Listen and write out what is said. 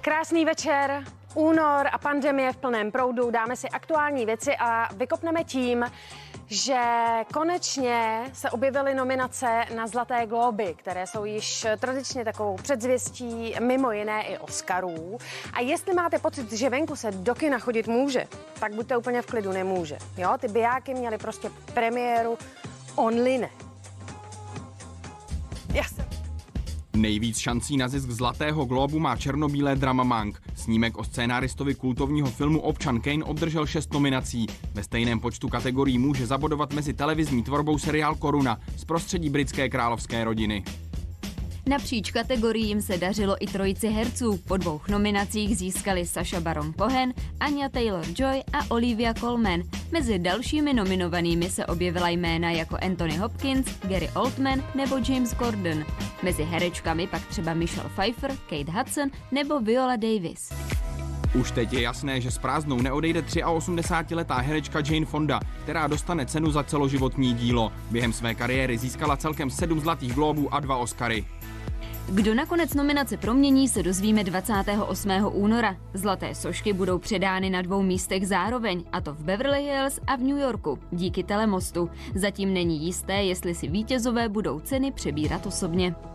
Krásný večer, únor a pandemie v plném proudu. Dáme si aktuální věci a vykopneme tím, že konečně se objevily nominace na Zlaté glóby, které jsou již tradičně takovou předzvěstí mimo jiné i Oscarů. A jestli máte pocit, že venku se do kina chodit může, tak buďte úplně v klidu, nemůže. Jo, ty bijáky měly prostě premiéru only ne. Nejvíc šancí na zisk Zlatého glóbu má černobílé drama Mank. Snímek o scénáristovi kultovního filmu Občan Kane obdržel 6 nominací. Ve stejném počtu kategorií může zabodovat mezi televizní tvorbou seriál Koruna z prostředí britské královské rodiny. Napříč kategoriím se dařilo i trojici herců. Po 2 nominacích získali Sacha Baron Cohen, Anya Taylor-Joy a Olivia Colman. Mezi dalšími nominovanými se objevila jména jako Anthony Hopkins, Gary Oldman nebo James Corden. Mezi herečkami pak třeba Michelle Pfeiffer, Kate Hudson nebo Viola Davis. Už teď je jasné, že s prázdnou neodejde 83letá herečka Jane Fonda, která dostane cenu za celoživotní dílo. Během své kariéry získala celkem 7 Zlatých glóbů a 2 Oscary. Kdo nakonec nominace promění, se dozvíme 28. února. Zlaté sošky budou předány na 2 místech zároveň, a to v Beverly Hills a v New Yorku, díky telemostu. Zatím není jisté, jestli si vítězové budou ceny přebírat osobně.